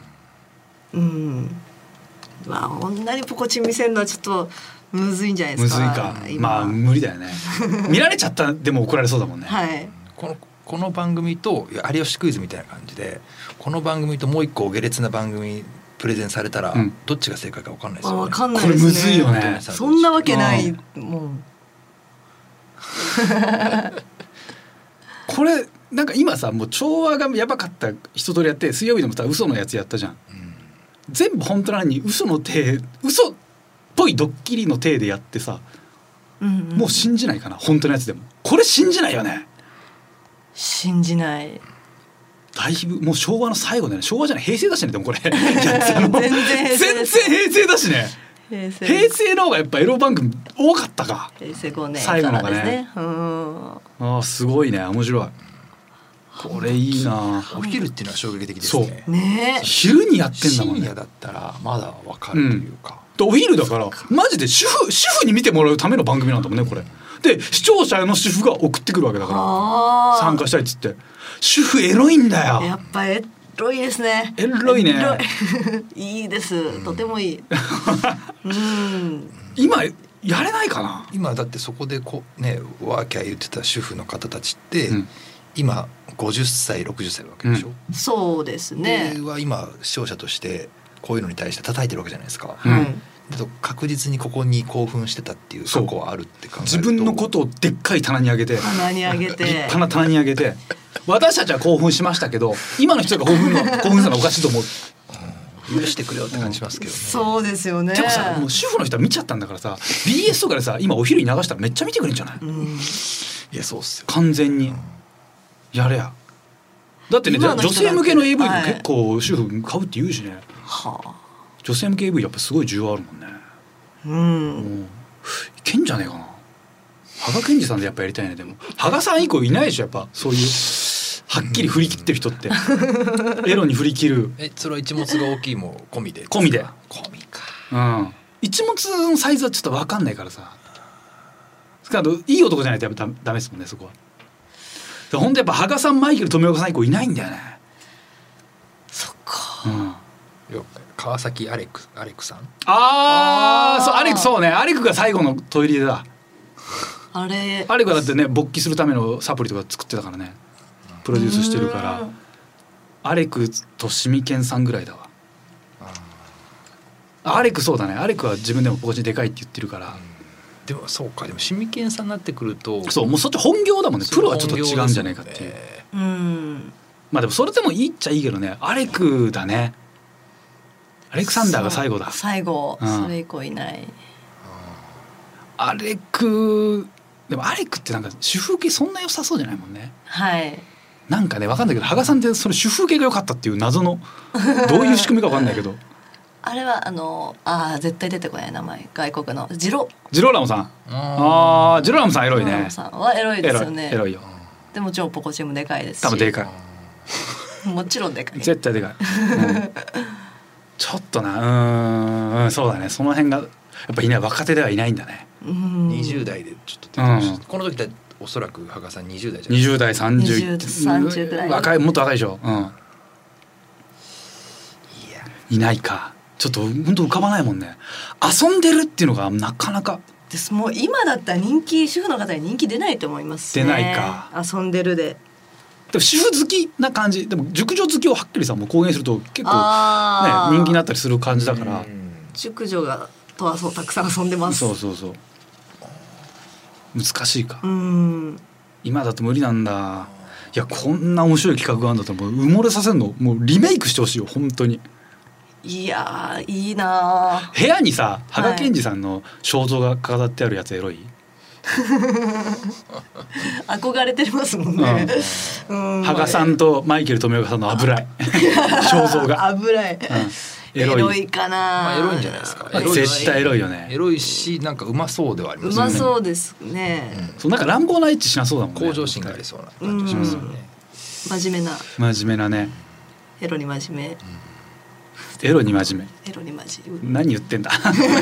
まあ女にポコチン見せるのはちょっとむずいんじゃないですか。 むずいか。まあ無理だよね。見られちゃったでも怒られそうだもんね。 はい。 この番組と有吉クイズみたいな感じでこの番組ともう一個下劣な番組プレゼンされたら、どっちが正解か分かんないですよね。 分かんないですね。 これむずいよね。 そんなわけない。もうこれなんか今さもう調和がやばかった一通りやって水曜日でもさ嘘のやつやったじゃん。全部本当なのに嘘っぽいドッキリの体でやってさ、もう信じないかな本当のやつでも。これ信じないよね。 信じない。 だいぶもう昭和の最後だね。昭和じゃない平成だしね。でもこれ全然平成だしね。平成の方がやっぱエロ番組多かったか。 平成5年最後のがね。 あすごいね面白い。これいいな。 お昼っていうのは衝撃的ですね。 ね。 昼にやってんだもんね。 深夜だったらまだわかるというか。 お昼だからマジで主婦に見てもらうための番組なんだもんねこれ。で視聴者の主婦が送ってくるわけだから参加したいっつって。主婦エロいんだよ。 やっぱエロいですね。 エロいね。 いいです。とてもいい。 今やれないかな。 今だってそこでワーキャー言ってた主婦の方たちって、今50歳60歳なわけでしょ。 そうですね。 では今視聴者としてこういうのに対して叩いてるわけじゃないですか。確実にここに興奮してたっていう過去はあるって考えると自分のことをでっかい棚に上げて立派な棚に上げて私たちは興奮しましたけど今の人が興奮したのはおかしいと思う。 許してくれよって感じしますけどね。 そうですよね。 でもさもう主婦の人は見ちゃったんだからさ BS とかでさ今お昼に流したらめっちゃ見てくれるんじゃない。 いやそうっすよ完全にやれや。だってね女性向けの AV も結構主婦買うって言うしね。女性向け AV やっぱすごい需要あるもんね。いけんじゃねえかな。羽賀健二さんでやっぱやりたいね。でも羽賀さん以降いないでしょやっぱそういうはっきり振り切ってる人ってエロに振り切る。 それは一物が大きいも込みで込みか。一物のサイズはちょっと分かんないからさ。いい男じゃないとやっぱダメですもんねそこは。ほんとやっぱ羽賀さんマイケル富岡さん以降いないんだよね。 そっか。 川崎アレクさん。 そうアレクそうね。アレクが最後のトイレだ。アレクはだってね勃起するためのサプリとか作ってたからね。プロデュースしてるからアレクとシミケンさんぐらいだわ。アレクそうだね。アレクは自分でもポコチンでかいって言ってるから。 でもそうか。でもシミケンさんになってくるとそうもうそっち本業だもんね。プロはちょっと違うんじゃないかっていう。まあでもそれでもいいっちゃいいけどね。アレクだね。アレクサンダーが最後だ。 最後、それ以降いない。 アレクでもアレクってなんか主婦系そんな良さそうじゃないもんね。 はい。 なんかね分かんないけど羽賀さんってそれ主婦系が良かったっていう謎のどういう仕組みか分かんないけどあれは絶対出てこない名前外国のジローラモさん。ジローラモさんエロいね。ジローラモさんはエロいですよね。 エロいよ。 でも超ポコチンもでかいですし。 多分でかい。 もちろんでかい。 絶対でかい。ちょっとなそうだね。その辺がやっぱいない若手ではいないんだね。 20代でちょっと出てました。この時っておそらく羽賀さん20代じゃないですか。20代30ぐらい。若いもっと若いでしょ。 いないか。ちょっと本当浮かばないもんね。遊んでるっていうのがなかなかですもう今だったら主婦の方に人気出ないと思いますね。 出ないか。 遊んでるで。 でも主婦好きな感じ。でも熟女好きをはっきりさもう公言すると結構ね人気になったりする感じだから。 熟女がとはそうたくさん遊んでます。 そう難しいか。今だと無理なんだ。いやこんな面白い企画があるんだったらもう埋もれさせるのもうリメイクしてほしいよ本当に。 いやいいな。 部屋にさ羽賀健二さんの肖像が飾ってあるやつエロい？ 憧れてますもんね。 羽賀さんとマイケル富岡さんの油絵肖像が油絵。エロいかな。 エロいんじゃないですか。 絶対エロいよね。 エロいしなんかうまそうではありますね。うまそうですね。 そうなんか乱暴なエッチしなそうだもんね。 向上心がありそうな感じしますよね。 真面目なね。エロに真面目。 エロに真面目。 エロに真面目。 何言ってんだ。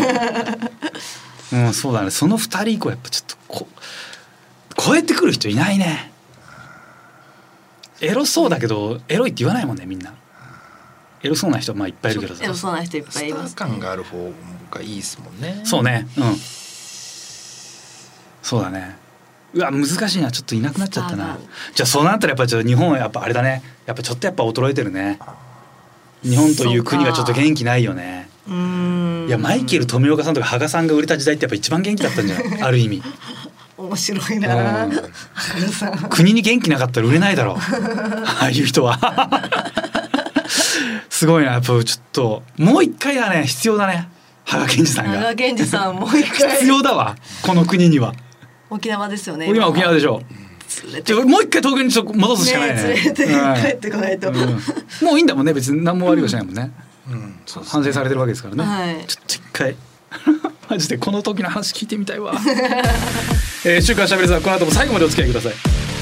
そうだね。その2人以降やっぱちょっと超えてくる人いないね。エロそうだけどエロいって言わないもんねみんな。エロそうな人はまあいっぱいいるけどさ。 エロそうな人いっぱいいます。 スター感がある方がいいですもんね。 そうね。そうだね。うわ難しいな。ちょっといなくなっちゃったな。じゃあそうなったらやっぱちょっと日本はやっぱあれだね。やっぱちょっとやっぱ衰えてるね。日本という国がちょっと元気ないよね。いやマイケル富岡さんとか羽賀さんが売れた時代ってやっぱ一番元気だったんじゃないある意味。 面白いな。 国に元気なかったら売れないだろう。ああいう人は。すごいな。やっぱちょっともう一回だね必要だね。羽賀健二さんが。 羽賀健二さんもう一回必要だわこの国には。 沖縄ですよね。 今沖縄でしょ。もう一回東京に戻すしかないね。 連れて帰ってこないと。 もういいんだもんね別に何も悪いことしないもんね。反省されてるわけですからね。ちょっと一回マジでこの時の話聞いてみたいわ。週刊しゃべれーザーこの後も最後までお付き合いください。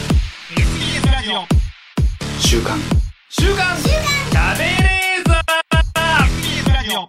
週刊しゃべれーザー。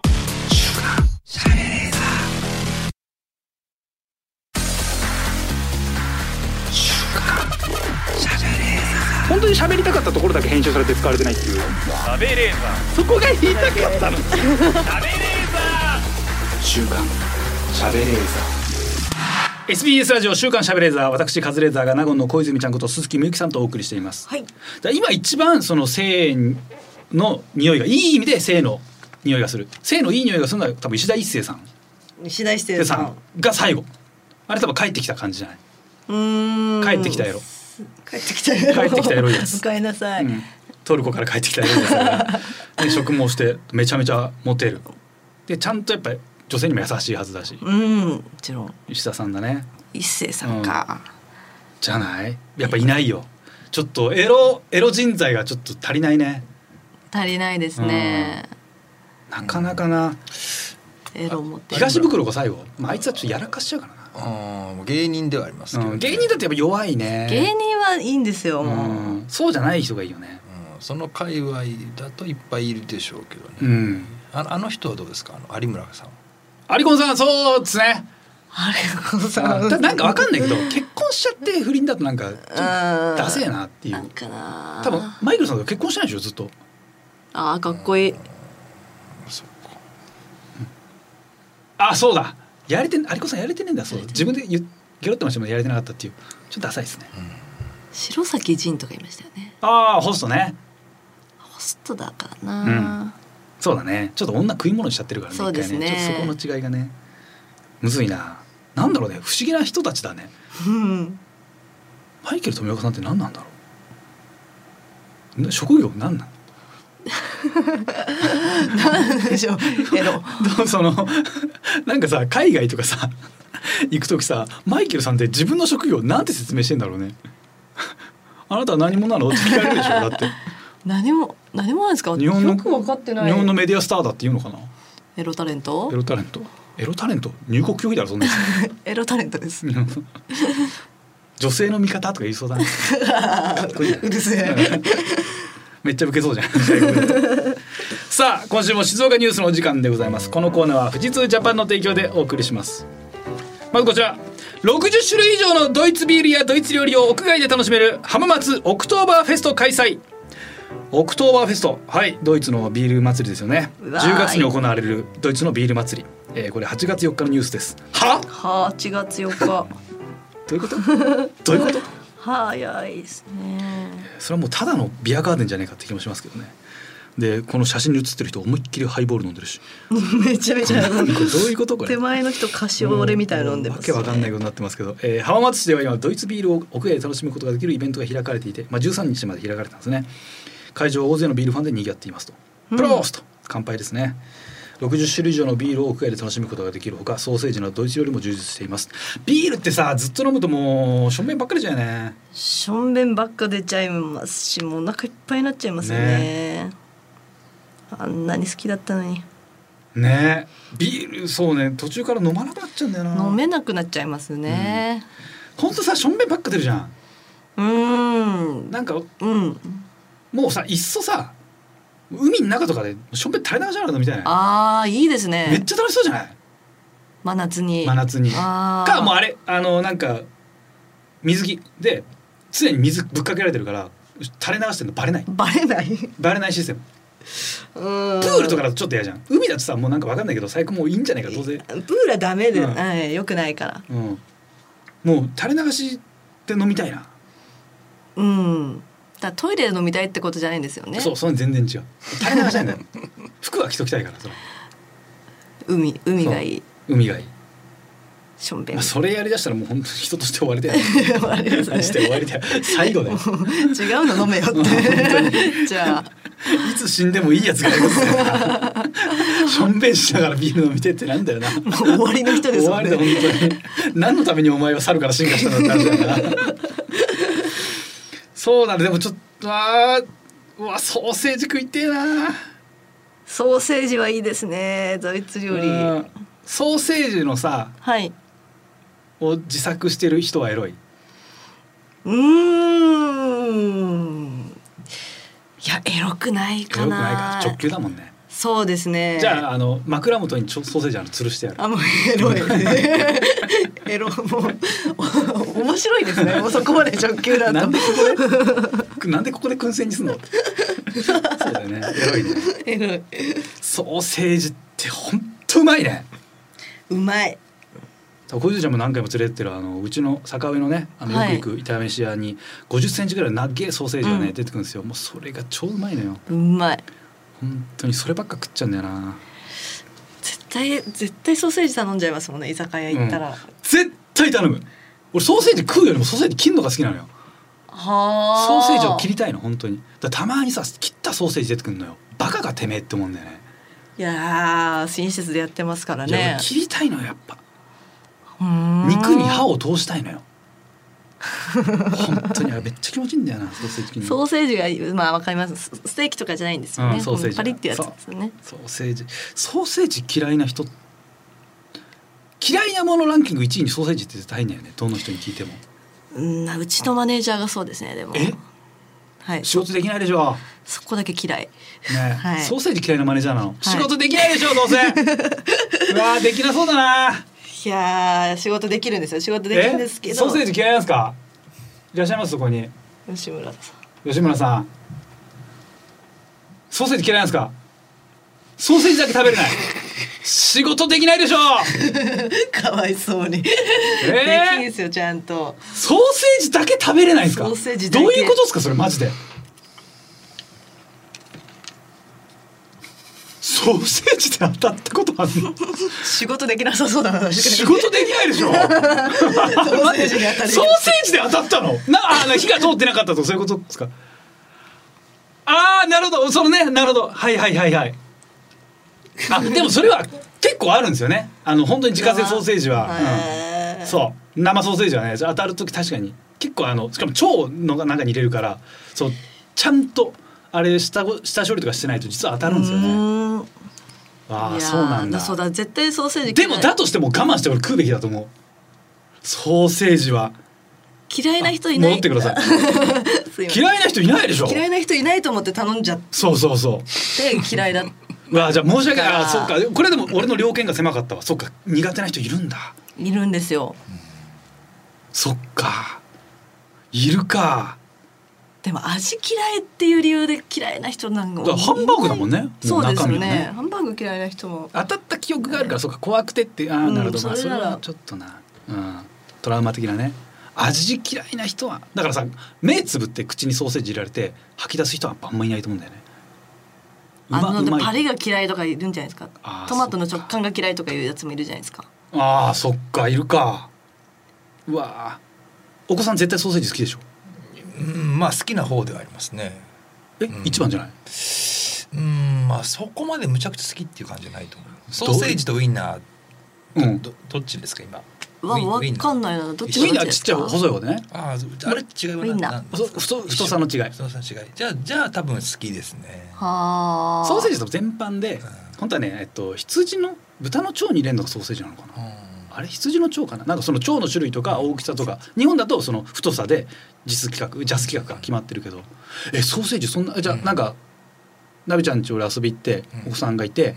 本当に喋りたかったところだけ編集されて使われてないっていう。 しゃべれーザー。 そこが言いたかったの。 しゃべれーザ週刊しゃべれーザー。SBS ラジオ週刊しゃべれーザー、私カズレーザーが納言の小泉ちゃんこと鈴木みゆきさんとお送りしています。 はい。 今一番その性の匂いがいい意味で性の匂いがする。性のいい匂いがするのは多分石田一生さん。 石田一生さんが最後。あれ多分帰ってきた感じじゃない。帰ってきたエロ。 帰ってきたエロいやつ。 おかえりなさい。 トルコから帰ってきたエロいやつが植毛してめちゃめちゃモテる。でちゃんとやっぱり女性にも優しいはずだし。 もちろん。 石田さんだね。 一生さんか。 じゃない。やっぱいないよ。ちょっとエロ人材がちょっと足りないね。 足りないですね。 なかなかな。 エロ持って東袋が最後、あいつはちょっとやらかしちゃうからな。 芸人ではありますけど、ね、 芸人だってやっぱ弱いね。 芸人はいいんですよ。 そうじゃない人がいいよね。 その界隈だといっぱいいるでしょうけどね。あの人はどうですか。有村さん。 有村さんそうですね。 有村さんなんかわかんないけど結婚しちゃって不倫だとなんかちょっとダセえなっていう。多分マイケルさんと結婚してないでしょずっと。 かっこいい。 そうだ。有子さんやれてねえんだ。そう自分でゲロってましたもんやれてなかったっていう。ちょっとダサいですね。 白崎仁とかいましたよね。 ホストね。 ホストだからな。 そうだね。ちょっと女食い物しちゃってるからね。 そうですね。 ちょっとそこの違いがね。むずいな。なんだろうね。不思議な人たちだね。マイケル富岡さんって何なんだろう。職業何なん。 なんでしょう。 なんかさ海外とかさ行くときさマイケルさんって自分の職業なんて説明してんだろうね。あなたは何者なのって聞かれるでしょ。だって何もなんですか。よく分かってない。日本のメディアスターだっていうのかな。 エロタレント入国拒否だろそんな。 エロタレントです。 女性の味方とか言いそうだね。かっこいい。 うるせえ。 めっちゃウケそうじゃん。さあ今週も静岡ニュースのお時間でございます。このコーナーは富士通ジャパンの提供でお送りします。まずこちら60種類以上のドイツビールやドイツ料理を屋外で楽しめる浜松オクトーバーフェスト開催。 オクトーバーフェスト、はい、ドイツのビール祭りですよね。10月に行われるドイツのビール祭り、これ8月4日のニュースです。は 8月4日どういうことどういうこと早いですね。 それはもうただのビアガーデンじゃないかって気もしますけどね。でこの写真に写ってる人思いっきりハイボール飲んでるしめちゃめちゃこれどういうことこれ。 手前の人カシオレみたいなの飲んでます、ね、 わけわかんないことになってますけど、浜松市では今ドイツビールを屋外で楽しむことができるイベントが開かれていて、13日まで開かれたんですね。会場は大勢のビールファンで賑わっていますと。プロースト、乾杯ですね。60種類以上のビールを屋外で楽しむことができるほか、ソーセージなどドイツ料理も充実しています。ビールってさずっと飲むともうしょんべんばっかりじゃよね。 しょんべんばっか出ちゃいますし、もうお腹いっぱいになっちゃいますよね。あんなに好きだったのにね。ビールそうね、途中から飲まなくなっちゃうんだよな。 飲めなくなっちゃいますね。 ほんとさしょんべんばっか出るじゃん。なんか、もうさいっそさ海の中とかでしょんべん垂れ流しながら飲みたいな。 いいですね。 めっちゃ楽しそうじゃない。 真夏にかもうあれなんか水着で常に水ぶっかけられてるから垂れ流してるのバレないシステム。プールとかだとちょっと嫌じゃん。海だとさもうなんか分かんないけど最高もういいんじゃないかどうせ。 プールはダメで、よくないから、 もう垂れ流しで飲みたいな。 だトイレで飲みたいってことじゃないんですよね。 そう全然違う。垂れ流したいんだよ服は着ときたいからそれ。海がいい。しょんべん、それやりだしたらもう本当に人として終わりだよ終わりだよ最後だよ違うの飲めよってじゃあいつ死んでもいいやつがいますよしょんべんしながらビール飲みてってなんだよな。もう終わりの人ですもんね。 終わりだ本当に。何のためにお前は猿から進化したんだって話だからそうだね。でもちょっとうわソーセージ食いてえな。 ソーセージはいいですね。ドイツ料理。 ソーセージのさ、を自作してる人はエロい。いやエロくないかな。 エロくないか直球だもんね。 そうですね。 じゃあ枕元にソーセージ吊るしてある。 もうエロいエロもう面白いですね。もうそこまで直球だとなんでここで燻製にすんのそうだよね。エロいね。 エロい。 ソーセージってほんとうまいね。 うまい。 小泉ちゃんも何回も連れてってるうちの坂上のねよく行く炒め飯屋に50センチぐらいの長いソーセージがね、出てくるんですよ。もうそれが超うまいのよ。 うまい。 本当にそればっか食っちゃうんだよな。 絶対ソーセージ頼んじゃいますもんね、居酒屋行ったら。 絶対頼む。俺ソーセージ食うよりもソーセージ切るのが好きなのよ。ソーセージを切りたいの本当に。たまにさ切ったソーセージ出てくるのよ。バカがてめえって思うんだよね。 いや親切でやってますからね。 切りたいのよやっぱ。肉に刃を通したいのよ本当にめっちゃ気持ちいいんだよなソーセージ切るの。ソーセージがわかります。ステーキとかじゃないんですよね。ソーセージパリってやつですよね。ソーセージ嫌いな人、嫌いなものランキング1位にソーセージって絶対入んないよね。どの人に聞いても。うちのマネージャーがそうですね。でも仕事できないでしょ。そこだけ嫌い、ね。ソーセージ嫌いなマネージャーなの。仕事できないでしょどうせうわできなそうだな。いや仕事できるんですよ。仕事できるんですけど。ソーセージ嫌いなんですか。いらっしゃいますそこに。吉村さんソーセージ嫌いなんですか。ソーセージだけ食べれない仕事できないでしょかわいそうに、できんですよちゃんと。ソーセージだけ食べれないんですか。ソーセージだけどういうことですかそれマジで。ソーセージで当たったことあるの。仕事できなさそうだな。仕事できないでしょソーセージで当たったの。火が通ってなかったとそういうことですか。なるほどそのねなるほどはいでもそれは結構あるんですよね。本当に自家製ソーセージは、そう生ソーセージはね当たる時確かに結構しかも腸の中に入れるからそうちゃんとあれ下処理とかしてないと実は当たるんですよね。そうなんだ。そうだ絶対ソーセージでもだとしても我慢して俺食うべきだと思う。ソーセージは嫌いな人いない。戻ってください嫌いな人いないでしょ。嫌いな人いないと思って頼んじゃって。そうで嫌いだじゃあ申し訳ない。そうかこれでも俺の了見が狭かったわ。そうか苦手な人いるんだ。いるんですよ。そっかいるか。 でも味嫌いっていう理由で嫌いな人なんかだからハンバーグだもんね。 そうですよもう中身はね。ハンバーグ嫌いな人も当たった記憶があるから、そうか怖くてってなるほど、まあそれはちょっとな、トラウマ的なね。味嫌いな人はだからさ、目つぶって口にソーセージ入れられて吐き出す人はあんまいないと思うんだよね。 パリが嫌いとかいるんじゃないですか。トマトの食感が嫌いとかいうやつもいるじゃないですか。 ああそっか、いるか。うわお子さん絶対ソーセージ好きでしょ。 まあ好きな方ではありますね。 一番じゃない。 まあそこまでむちゃくちゃ好きっていう感じじゃないと思う。ソーセージとウインナーどっちですか今。 わかんないな。どっちウインナーちっちゃい細い方でね。 あれ違いは太さの違い。 じゃあ多分好きですね。 ソーセージと全般で本当はね、羊の豚の腸に入れるのがソーセージなのかな。あれ羊の腸かな。なんかその腸の種類とか大きさとか、日本だとその太さでジャス規格が決まってるけど、ソーセージそんな、じゃあなんかなべちゃん家俺遊び行ってお子さんがいて、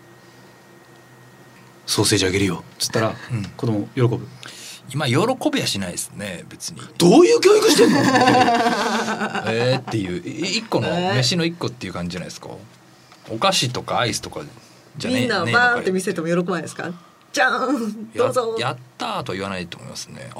ソーセージあげるよっつったら子供喜ぶ。 今喜びはしないですね別に。 どういう教育してんのっていう一個の飯の一個っていう感じじゃないですか。お菓子とかアイスとかじゃねえ。 みんなバーンって見せても喜ばないですか。じゃんどうぞやったーとは言わないと思いますね。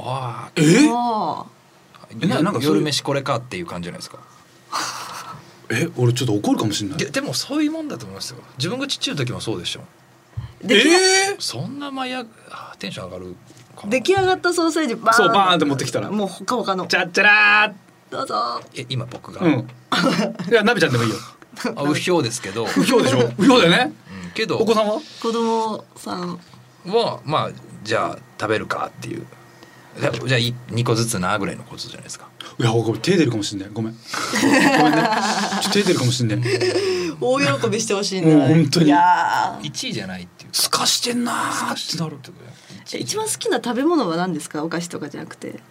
なんか夜飯これかっていう感じじゃないですか。 俺ちょっと怒るかもしれない。 でもそういうもんだと思いますよ。自分がちっちゃい時もそうでしょ。そんなテンション上がるかな。 出来上がったソーセージバーンって持ってきたらもう他のチャッチャラーどうぞ。 今僕が、 いやなべちゃんでもいいよ。 うひょうですけど。 うひょうでしょ。うひょうだよね。 けどお子さんは子供さんはまあじゃあ食べるかっていう。じゃあ2個ずつなぐらいのことじゃないですか。 いや僕手出るかもしれない。ごめんね。手出るかもしれない。 大喜びしてほしいんだ。 もう本当に。いや1位じゃないっていう。 すかしてんなーってなる。 一番好きな食べ物は何ですか。お菓子とかじゃなくて。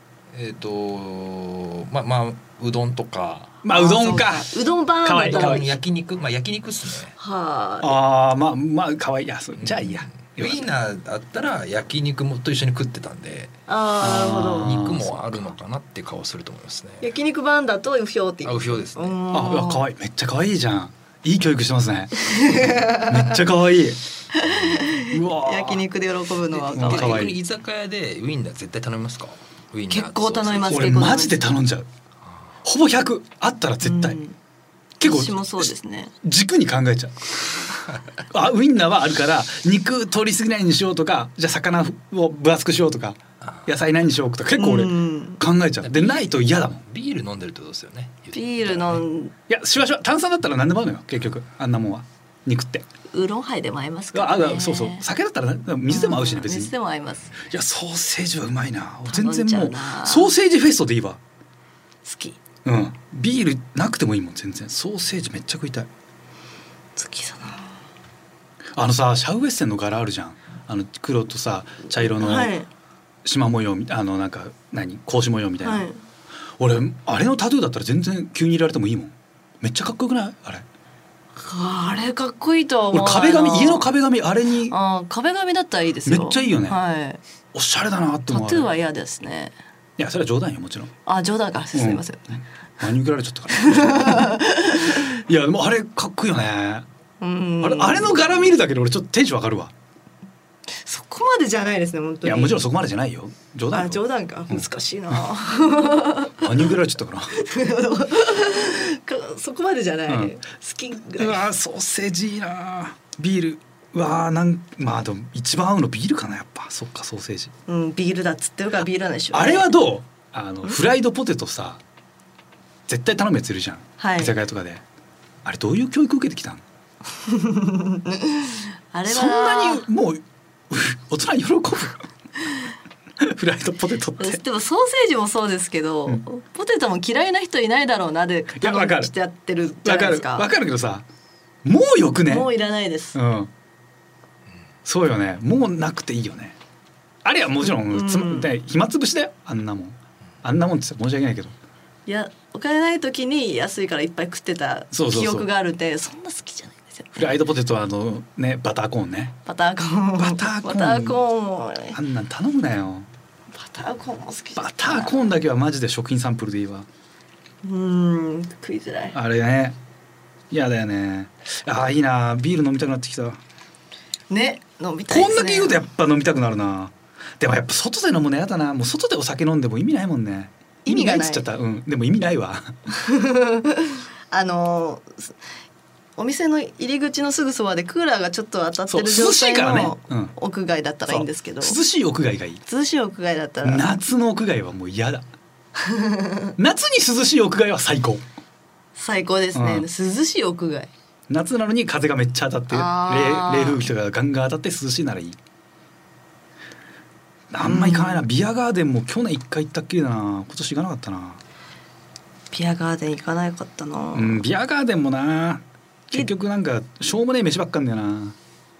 まあうどんとか。 うどんか。 うどんバーンだったら焼肉っすね。 まあ可愛いや。じゃあいいや。 ウインナーだったら焼肉もと一緒に食ってたんで、 なるほど。 肉もあるのかなっていう顔すると思いますね。 焼肉バーンだとうひょうって言う。 うひょうですね。 可愛い。めっちゃ可愛いじゃん。いい教育してますね。めっちゃ可愛い。うわ。 焼肉で喜ぶのは可愛い。居酒屋でウインナー絶対頼みますか。ウインナー結構頼みます。 俺マジで頼んじゃう。ほぼ100あったら絶対。結構私もそうですね。 軸に考えちゃう。ウインナーはあるから肉取りすぎないにしようとか、じゃあ魚を分厚くしようとか、野菜何にしようとか結構俺考えちゃう。でないと嫌だもん。 ビール飲んでるってことですよね。 ビール飲ん。 いやしわしわ炭酸だったら何でも合うのよ結局。あんなもんは肉って。 ウーロンハイでも合いますからね。 そうそう酒だったら水でも合うしね別に。 水でも合います。 いやソーセージはうまいな。全然もうソーセージフェストでいいわ。 好き。 ビールなくてもいいもん全然。ソーセージめっちゃ食いたい。 好きだな。 シャウエッセンの柄あるじゃん。黒とさ茶色の縞模様みたいな、なんか格子模様みたいな、俺あれのタトゥーだったら全然急に入れられてもいいもん。めっちゃかっこよくないあれ。 あれかっこいいとは思う。 俺家の壁紙あれに。 壁紙だったらいいですよ。 めっちゃいいよね。おしゃれだなって思う。 タトゥーは嫌ですね。 いやそれは冗談よもちろん。 冗談か。すみません。 真に受けられちゃったからいやでもあれかっこいいよね。あれの柄見るだけで俺ちょっとテンション上がるわ。 そこまでじゃないですね本当に。 いやもちろんそこまでじゃないよ。冗談よ。 冗談か。難しいな。 真に受けられちゃったからそこまでじゃない。好きぐらい。 ソーセージいいな。ビールでも一番合うのビールかなやっぱ。そっかソーセージ。 ビールだっつってるからビールなんでしょうね。 あれはどうフライドポテトさ絶対頼むやついるじゃん、居酒屋とかで。あれどういう教育受けてきたのあれはそんなにもう大人喜ぶフライドポテトって。 でもソーセージもそうですけど、ポテトも嫌いな人いないだろうなでしてやってるじゃないですか。 わかるけどさもうよくね。 もういらないです。 そうよね。もうなくていいよね。あれはもちろん暇つぶしだよあんなもんって言ったら申し訳ないけど。 いやお金ない時に安いからいっぱい食ってた記憶があるんで、そんな好きじゃないんですよ。 フライドポテトはバターコーンね。 バターコーンもあんなん頼むなよ。 バターコーンも好き。 バターコーンだけはマジで食品サンプルでいいわ。 食いづらい。 あれね嫌だよね。いいなビール飲みたくなってきた。 ね飲みたいですね。 こんだけ言うとやっぱ飲みたくなるな。でもやっぱ外で飲むの嫌だな。もう外でお酒飲んでも意味ないもんね。 意味がないっつっちゃった。でも意味ないわお店の入り口のすぐそばでクーラーがちょっと当たってるそう状涼しいからね態の屋外だったらいいんですけど、 涼しい屋外がいい。 涼しい屋外だったら夏の屋外はもう嫌だ夏に涼しい屋外は最高。 最高ですね、涼しい屋外。 夏なのに風がめっちゃ当たって冷風機とかがガンガン当たって涼しいならいい。あんま行かないな。ビアガーデンも去年1回行ったっきりだな。今年行かなかったな。 ビアガーデン行かなかったな。 ビアガーデンもな結局なんかしょうもねえ飯ばっかんだよな。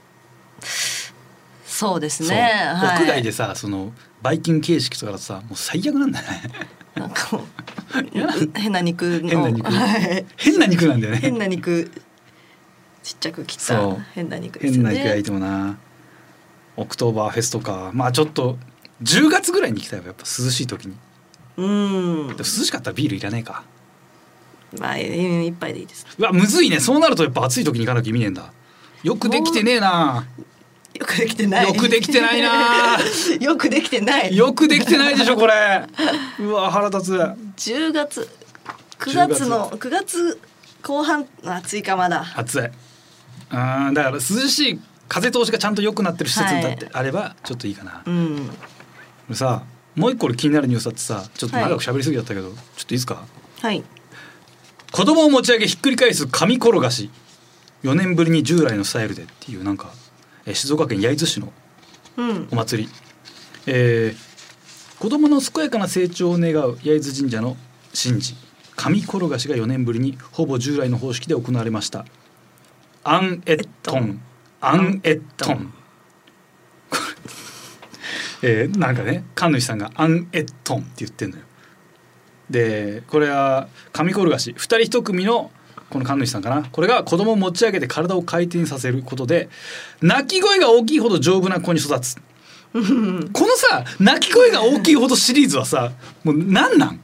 そうですそう、 ね、はい、 屋外でさそのバイキング形式とかだとさもう最悪なんだよねなんかもう変な肉の変な肉、 はい、 変な肉なんだよね。 変な肉ちっちゃく切ったそう変な肉ですよね。 変な肉焼いてもな。オクトーバーフェストか。まあちょっと10月ぐらいに行きたいわ。やっぱ涼しい時に。でも涼しかったらビールいらねえか。 まあ一杯でいいです。 うわむずいね。そうなるとやっぱ暑い時に行かなきゃ意味ねえんだ。よくできてねえな。 よくできてない。 よくできてないなよくできてない。 よくできてないでしょこれ。うわ腹立つ。 10月9月後半暑いかまだ。 暑い。だから涼しい風通しがちゃんと良くなってる施設だってあればちょっといいかな。さもう一個気になるニュースだってさちょっと長く喋りすぎだったけど、ちょっといいですか。 はい。 子供を持ち上げひっくり返す紙転がし4年ぶりに従来のスタイルでっていうなんか静岡県焼津市のお祭り、子供の健やかな成長を願う焼津神社の神事紙転がしが4年ぶりにほぼ従来の方式で行われました。アンエットンなんかね神主さんがアンエットンって言ってんのよ。でこれは紙転がし2人1組のこの神主さんかな。これが子供を持ち上げて体を回転させることで泣き声が大きいほど丈夫な子に育つこのさ泣き声が大きいほどシリーズはさもう何なん。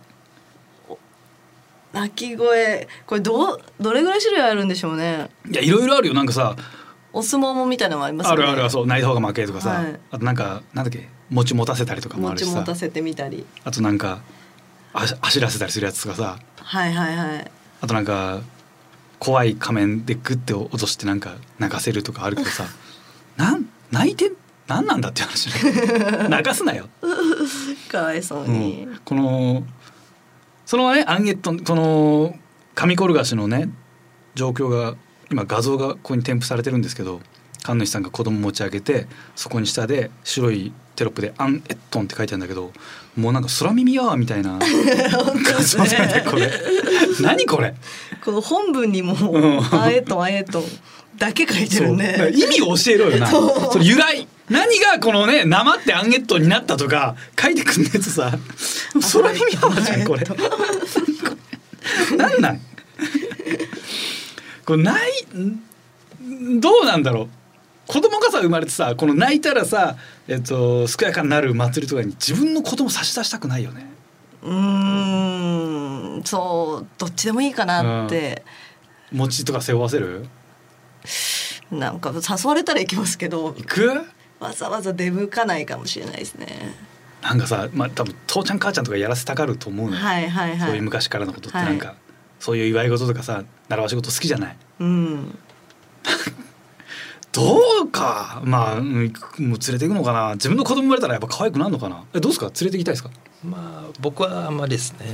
泣き声これどれぐらい種類あるんでしょうね。 いやいろいろあるよ。なんかさお相撲もみたいなのもありますよね。 あるそう泣いた方が負けとかさ、 はい、 あとなんだっけ餅持たせたりとかもあるしさ餅持たせてみたりあとなんか走らせたりするやつとかさあとなんか怖い仮面でグッて脅してなんか泣かせるとかあるけどさ泣いて何なんだって話泣かすなよかわいそうに、 そのねアンゲットこの紙転がしのね状況が今画像がここに添付されてるんですけど神主さんが子供持ち上げてそこに下で白いテロップでアンエットンって書いてあるんだけどもうなんか空耳アワーみたいな画像じゃないこれ何これこの本文にもアンエットンだけ書いてるね。 意味を教えろよなそれ由来何がこのね生ってアンエットンになったとか書いてくんねえとさ空耳アワーじゃんこれ何なんこれどうなんだろう。子供がさ生まれてさこの泣いたらさ、健やかになる祭りとかに自分の子供差し出したくないよね。 そうどっちでもいいかなって、 餅とか背負わせるなんか誘われたら行きますけど行くわざわざ出向かないかもしれないですね。 なんかさ、多分父ちゃん母ちゃんとかやらせたがると思うのよ、そういう昔からのことってなんか、そういう祝い事とかさ習わし事好きじゃない、どうかもう連れていくのかな。自分の子供生まれたらやっぱ可愛くなるのかな。どうですか連れて行きたいですか。 僕はあんまりですね。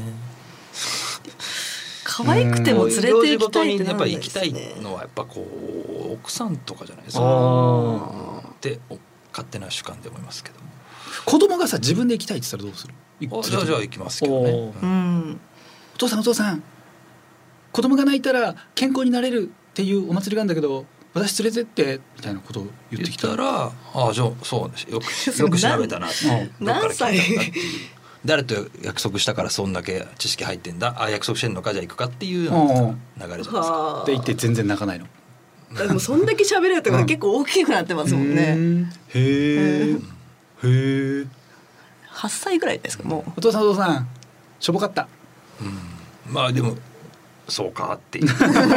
可愛くても連れて行きたいってなんですね。 やっぱ行きたいのはやっぱこう奥さんとかじゃないですかって勝手な主観で思いますけども。 子供がさ自分で行きたいって言ったらどうする。 じゃあ行きますけどね。 お父さん子供が泣いたら健康になれるっていうお祭りがあるんだけど私連れてってみたいなことを言ってきたらじゃあそうですよく調べたなって何歳誰と約束したからそんだけ知識入ってんだ約束してんのかじゃあ行くかっていう流れじゃないですか。 で行って全然泣かないの。 でもそんだけ喋れるってことは結構大きくなってますもんね。 へえ。 8歳ぐらいですかもう。 お父さんしょぼかった。 まあでもそうかっていう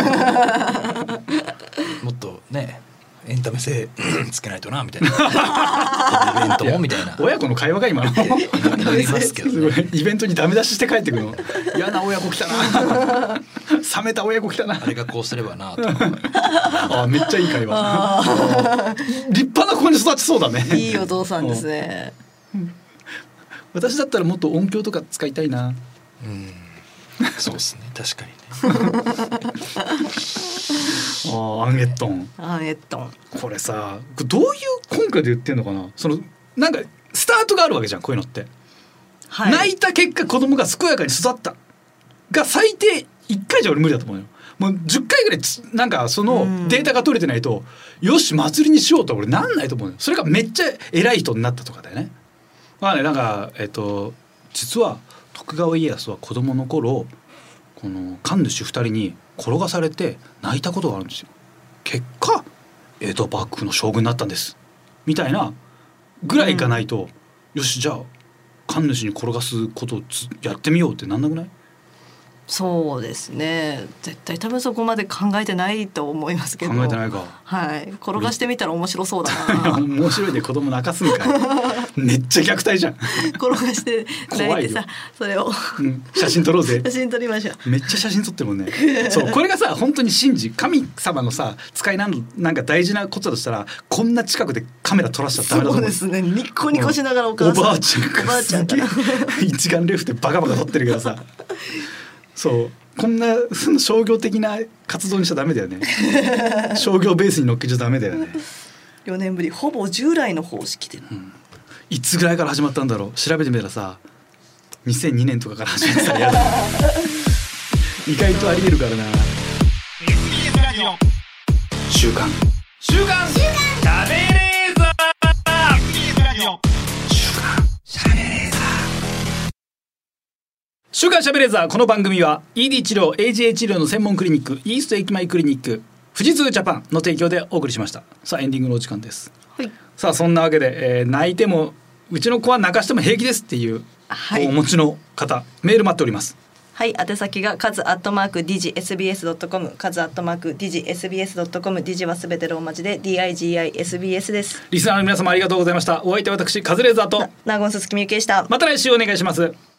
もっとねエンタメ性つけないとなみたいなイベントもみたいな親子の会話が今のありますけど、ね、 イベントにダメ出しして帰ってくるの嫌な親子来たな冷めた親子来たなあれがこうすればなとあめっちゃいい会話立派な子に育ちそうだねいいお父さんですね。 私だったらもっと音響とか使いたいな。 そうですね確かにねアンエットン。 アンエットン。 これさどういう根拠で言ってんのかな。そのなんかスタートがあるわけじゃんこういうのって、 はい、 泣いた結果子供が健やかに育ったが最低1回じゃ俺無理だと思うよ。もう10回ぐらいなんかそのデータが取れてないと、よし祭りにしようと俺なんないと思うよ。それがめっちゃ偉い人になったとかだよね。まあねなんか実は徳川家康は子供の頃この神主2人に転がされて泣いたことがあるんですよ。結果江戸幕府の将軍になったんですみたいなぐらいいかないと、よしじゃあ神主に転がすことをやってみようってなんなくない？ そうですね絶対多分そこまで考えてないと思いますけど。 考えてないか。 はい転がしてみたら面白そうだな面白いで子供泣かすんかいめっちゃ虐待じゃん転がして泣いてさそれを、 写真撮ろうぜ写真撮りましょう。 めっちゃ写真撮ってるもんねそうこれがさ本当に神事神様のさ使いなんか大事なことだとしたらこんな近くでカメラ撮らしちゃダメだと思う。 そうですねニッコニコしながらお母さんおばあちゃんがすげえ一眼レフでバカバカ撮ってるけどさそうこんなその商業的な活動にしちゃダメだよね商業ベースに乗っけちゃダメだよね 4年ぶりほぼ従来の方式で、 いつぐらいから始まったんだろう。調べてみたらさ2002年とかから始まってたら嫌だ意外とありえるからな。 SBS ラジオ週刊週刊食べレーザー SBS ラジオ週刊しゃべれーザー。この番組は ED 治療 AGA 治療の専門クリニックイースト駅前クリニック富士通ジャパンの提供でお送りしました。さあエンディングのお時間です。 はい、 さあそんなわけで、泣いてもうちの子は泣かしても平気ですっていう、 はい、 お持ちの方メール待っております。 はい、宛先がkaz@digisbs.com kaz@digisbs.com ディジはすべてローマ字で DIGISBS です。 リスナーの皆様ありがとうございました。お相手は私カズレーザーとナゴンススキミユキでした。 また来週お願いします。